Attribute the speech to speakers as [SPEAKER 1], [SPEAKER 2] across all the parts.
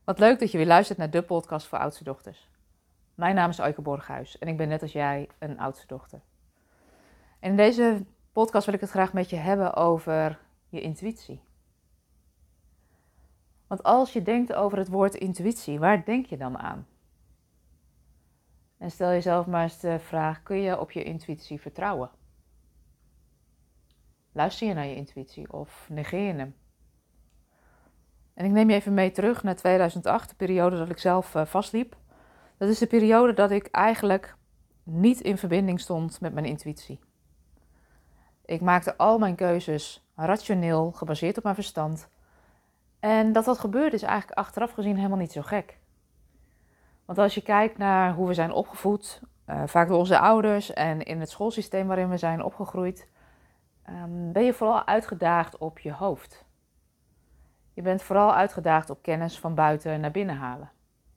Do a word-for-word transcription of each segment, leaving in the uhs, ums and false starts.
[SPEAKER 1] Wat leuk dat je weer luistert naar de podcast voor oudste dochters. Mijn naam is Oike Borghuis en ik ben net als jij een oudste dochter. En in deze podcast wil ik het graag met je hebben over je intuïtie. Want als je denkt over het woord intuïtie, waar denk je dan aan? En stel jezelf maar eens de vraag, kun je op je intuïtie vertrouwen? Luister je naar je intuïtie of negeer je hem? En ik neem je even mee terug naar tweeduizend acht, de periode dat ik zelf uh, vastliep. Dat is de periode dat ik eigenlijk niet in verbinding stond met mijn intuïtie. Ik maakte al mijn keuzes rationeel, gebaseerd op mijn verstand. En dat dat gebeurde is eigenlijk achteraf gezien helemaal niet zo gek. Want als je kijkt naar hoe we zijn opgevoed, uh, vaak door onze ouders en in het schoolsysteem waarin we zijn opgegroeid, um, ben je vooral uitgedaagd op je hoofd. Je bent vooral uitgedaagd op kennis van buiten naar binnen halen.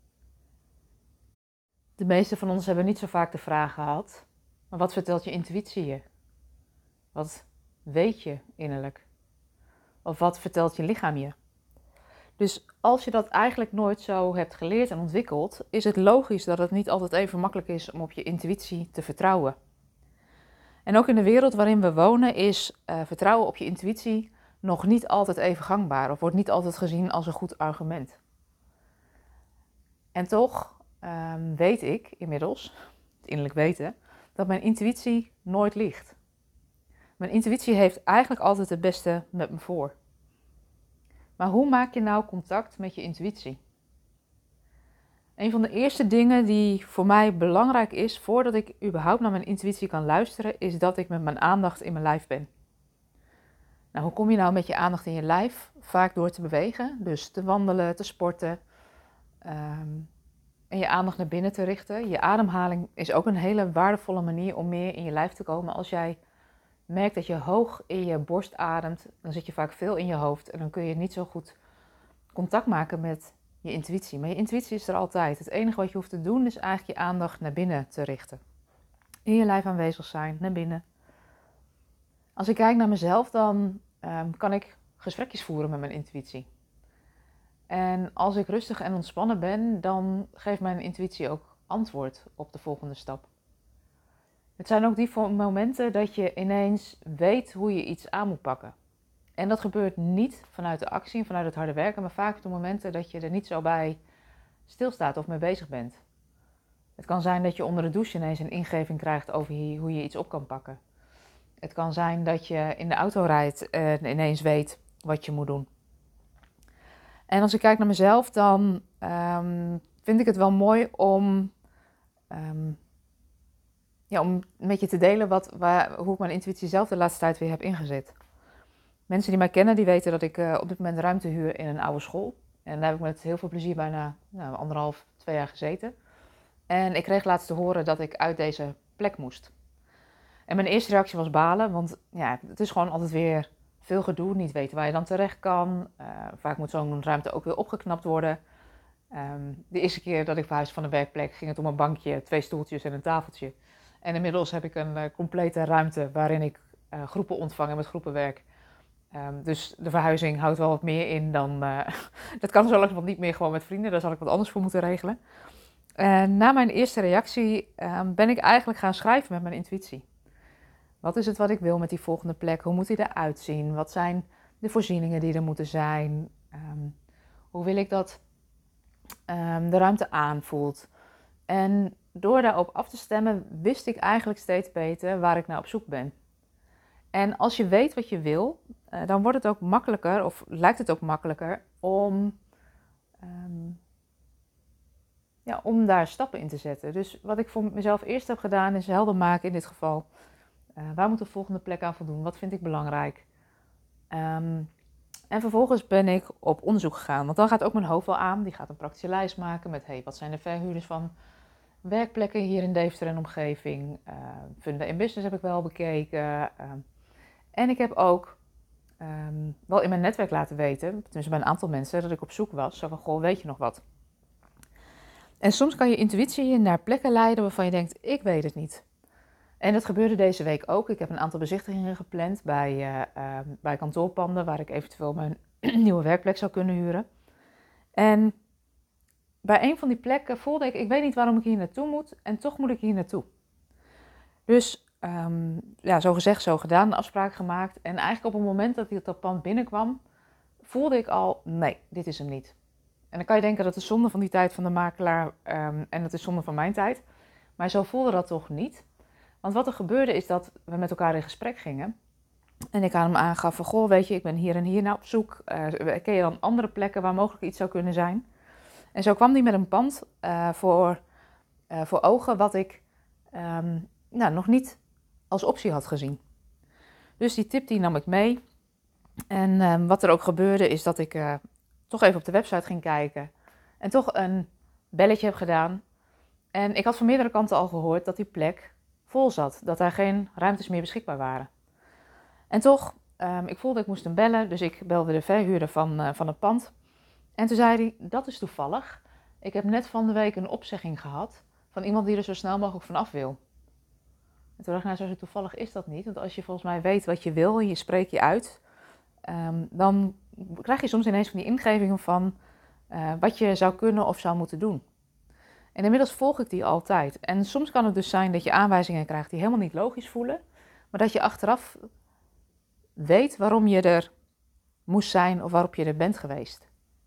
[SPEAKER 1] De meeste van ons hebben niet zo vaak de vraag gehad, maar wat vertelt je intuïtie je? Wat weet je innerlijk? Of wat vertelt je lichaam je? Dus als je dat eigenlijk nooit zo hebt geleerd en ontwikkeld, is het logisch dat het niet altijd even makkelijk is om op je intuïtie te vertrouwen. En ook in de wereld waarin we wonen is uh, vertrouwen op je intuïtie nog niet altijd even gangbaar of wordt niet altijd gezien als een goed argument. En toch um, weet ik inmiddels, het innerlijk weten, dat mijn intuïtie nooit liegt. Mijn intuïtie heeft eigenlijk altijd het beste met me voor. Maar hoe maak je nou contact met je intuïtie? Een van de eerste dingen die voor mij belangrijk is, voordat ik überhaupt naar mijn intuïtie kan luisteren, is dat ik met mijn aandacht in mijn lijf ben. Nou, hoe kom je nou met je aandacht in je lijf? Vaak door te bewegen, dus te wandelen, te sporten um, en je aandacht naar binnen te richten. Je ademhaling is ook een hele waardevolle manier om meer in je lijf te komen. Als jij merkt dat je hoog in je borst ademt, dan zit je vaak veel in je hoofd en dan kun je niet zo goed contact maken met je intuïtie. Maar je intuïtie is er altijd. Het enige wat je hoeft te doen is eigenlijk je aandacht naar binnen te richten. In je lijf aanwezig zijn, naar binnen. Als ik kijk naar mezelf, dan um, kan ik gesprekjes voeren met mijn intuïtie. En als ik rustig en ontspannen ben, dan geeft mijn intuïtie ook antwoord op de volgende stap. Het zijn ook die momenten dat je ineens weet hoe je iets aan moet pakken. En dat gebeurt niet vanuit de actie en vanuit het harde werken, maar vaak op de momenten dat je er niet zo bij stilstaat of mee bezig bent. Het kan zijn dat je onder de douche ineens een ingeving krijgt over hoe je iets op kan pakken. Het kan zijn dat je in de auto rijdt en ineens weet wat je moet doen. En als ik kijk naar mezelf, dan um, vind ik het wel mooi om... Um, Ja, om met je te delen wat, waar, hoe ik mijn intuïtie zelf de laatste tijd weer heb ingezet. Mensen die mij kennen, die weten dat ik uh, op dit moment ruimte huur in een oude school. En daar heb ik met heel veel plezier bijna nou, anderhalf, twee jaar gezeten. En ik kreeg laatst te horen dat ik uit deze plek moest. En mijn eerste reactie was balen, want ja, het is gewoon altijd weer veel gedoe. Niet weten waar je dan terecht kan. Uh, vaak moet zo'n ruimte ook weer opgeknapt worden. Um, de eerste keer dat ik verhuisde van de werkplek ging het om een bankje, twee stoeltjes en een tafeltje. En inmiddels heb ik een uh, complete ruimte waarin ik uh, groepen ontvang en met groepen werk. Um, dus de verhuizing houdt wel wat meer in dan... Uh, dat kan zo langzamerhand niet meer gewoon met vrienden, daar zal ik wat anders voor moeten regelen. Uh, na mijn eerste reactie um, ben ik eigenlijk gaan schrijven met mijn intuïtie. Wat is het wat ik wil met die volgende plek? Hoe moet die eruit zien? Wat zijn de voorzieningen die er moeten zijn? Um, hoe wil ik dat um, de ruimte aanvoelt? En door daarop af te stemmen, wist ik eigenlijk steeds beter waar ik naar op zoek ben. En als je weet wat je wil, uh, dan wordt het ook makkelijker, of lijkt het ook makkelijker, om, um, ja, om daar stappen in te zetten. Dus wat ik voor mezelf eerst heb gedaan, is helder maken in dit geval. Uh, waar moet de volgende plek aan voldoen? Wat vind ik belangrijk? Um, en vervolgens ben ik op onderzoek gegaan, want dan gaat ook mijn hoofd wel aan. Die gaat een praktische lijst maken met, hey, wat zijn de verhuurders van werkplekken hier in Deventer en omgeving. Uh, Funda in Business heb ik wel bekeken. Uh, en ik heb ook um, wel in mijn netwerk laten weten, tenminste bij een aantal mensen, dat ik op zoek was. Zo van, goh, weet je nog wat? En soms kan je intuïtie je naar plekken leiden waarvan je denkt, ik weet het niet. En dat gebeurde deze week ook. Ik heb een aantal bezichtigingen gepland bij, uh, uh, bij kantoorpanden waar ik eventueel mijn nieuwe werkplek zou kunnen huren. En bij een van die plekken voelde ik, ik weet niet waarom ik hier naartoe moet en toch moet ik hier naartoe. Dus um, ja, zo gezegd, zo gedaan, een afspraak gemaakt. En eigenlijk op het moment dat ik op dat pand binnenkwam, voelde ik al, nee, dit is hem niet. En dan kan je denken dat het zonde van die tijd van de makelaar um, en dat is zonde van mijn tijd. Maar zo voelde dat toch niet. Want wat er gebeurde is dat we met elkaar in gesprek gingen. En ik aan hem aangaf van, goh, weet je, ik ben hier en hier naar op zoek. Uh, ken je dan andere plekken waar mogelijk iets zou kunnen zijn? En zo kwam hij met een pand uh, voor, uh, voor ogen wat ik um, nou, nog niet als optie had gezien. Dus die tip die nam ik mee. En um, wat er ook gebeurde is dat ik uh, toch even op de website ging kijken. En toch een belletje heb gedaan. En ik had van meerdere kanten al gehoord dat die plek vol zat. Dat er geen ruimtes meer beschikbaar waren. En toch, um, ik voelde ik moest hem bellen. Dus ik belde de verhuurder van, uh, van het pand. En toen zei hij, dat is toevallig. Ik heb net van de week een opzegging gehad van iemand die er zo snel mogelijk vanaf wil. En toen dacht ik, nou zo toevallig is dat niet. Want als je volgens mij weet wat je wil en je spreekt je uit, um, dan krijg je soms ineens van die ingevingen van uh, wat je zou kunnen of zou moeten doen. En inmiddels volg ik die altijd. En soms kan het dus zijn dat je aanwijzingen krijgt die helemaal niet logisch voelen, maar dat je achteraf weet waarom je er moest zijn of waarop je er bent geweest.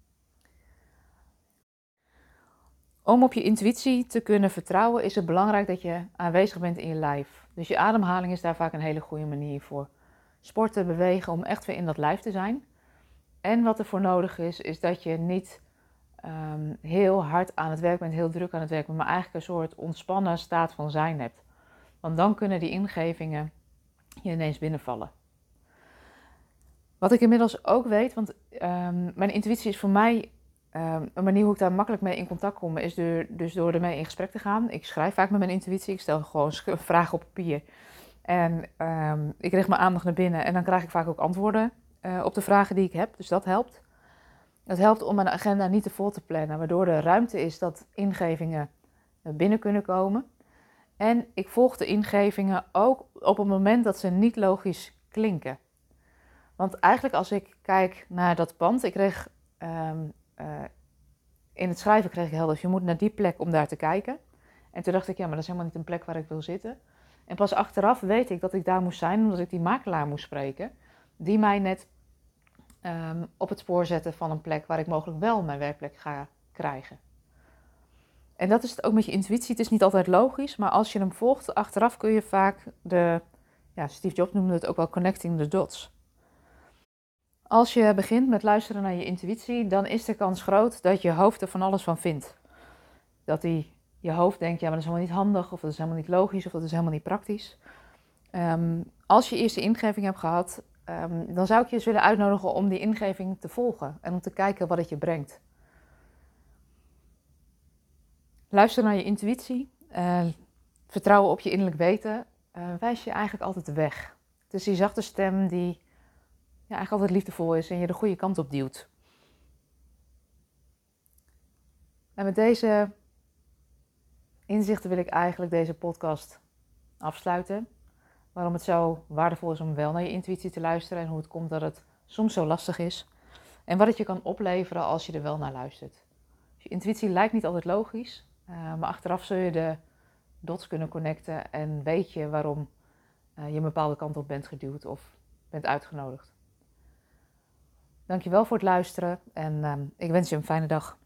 [SPEAKER 1] Om op je intuïtie te kunnen vertrouwen is het belangrijk dat je aanwezig bent in je lijf. Dus je ademhaling is daar vaak een hele goede manier voor. Sporten, bewegen, om echt weer in dat lijf te zijn. En wat er voor nodig is, is dat je niet um, heel hard aan het werk bent, heel druk aan het werk bent, maar eigenlijk een soort ontspannen staat van zijn hebt. Want dan kunnen die ingevingen je ineens binnenvallen. Wat ik inmiddels ook weet, want um, mijn intuïtie is voor mij Um, een manier hoe ik daar makkelijk mee in contact kom, is door, dus door ermee in gesprek te gaan. Ik schrijf vaak met mijn intuïtie, ik stel gewoon vragen op papier. En um, ik richt mijn aandacht naar binnen en dan krijg ik vaak ook antwoorden uh, op de vragen die ik heb. Dus dat helpt. Het helpt om mijn agenda niet te vol te plannen, waardoor er ruimte is dat ingevingen binnen kunnen komen. En ik volg de ingevingen ook op het moment dat ze niet logisch klinken. Want eigenlijk als ik kijk naar dat pand, ik kreeg... Um, Uh, in het schrijven kreeg ik helder, je moet naar die plek om daar te kijken. En toen dacht ik, ja, maar dat is helemaal niet een plek waar ik wil zitten. En pas achteraf weet ik dat ik daar moest zijn, omdat ik die makelaar moest spreken. Die mij net um, op het spoor zette van een plek waar ik mogelijk wel mijn werkplek ga krijgen. En dat is het ook met je intuïtie. Het is niet altijd logisch, maar als je hem volgt, achteraf kun je vaak de... Ja, Steve Jobs noemde het ook wel connecting the dots. Als je begint met luisteren naar je intuïtie, dan is de kans groot dat je hoofd er van alles van vindt. Dat die, je hoofd denkt, ja, maar dat is helemaal niet handig, of dat is helemaal niet logisch, of dat is helemaal niet praktisch. Um, als je eerst de ingeving hebt gehad, um, dan zou ik je eens willen uitnodigen om die ingeving te volgen en om te kijken wat het je brengt. Luister naar je intuïtie, uh, vertrouwen op je innerlijk weten, uh, wijst je eigenlijk altijd de weg. Het is die zachte stem die... ja, eigenlijk altijd liefdevol is en je de goede kant op duwt. En met deze inzichten wil ik eigenlijk deze podcast afsluiten. Waarom het zo waardevol is om wel naar je intuïtie te luisteren en hoe het komt dat het soms zo lastig is. En wat het je kan opleveren als je er wel naar luistert. Je intuïtie lijkt niet altijd logisch, uh, maar achteraf zul je de dots kunnen connecten en weet je waarom uh, je een bepaalde kant op bent geduwd of bent uitgenodigd. Dankjewel voor het luisteren en uh, ik wens je een fijne dag.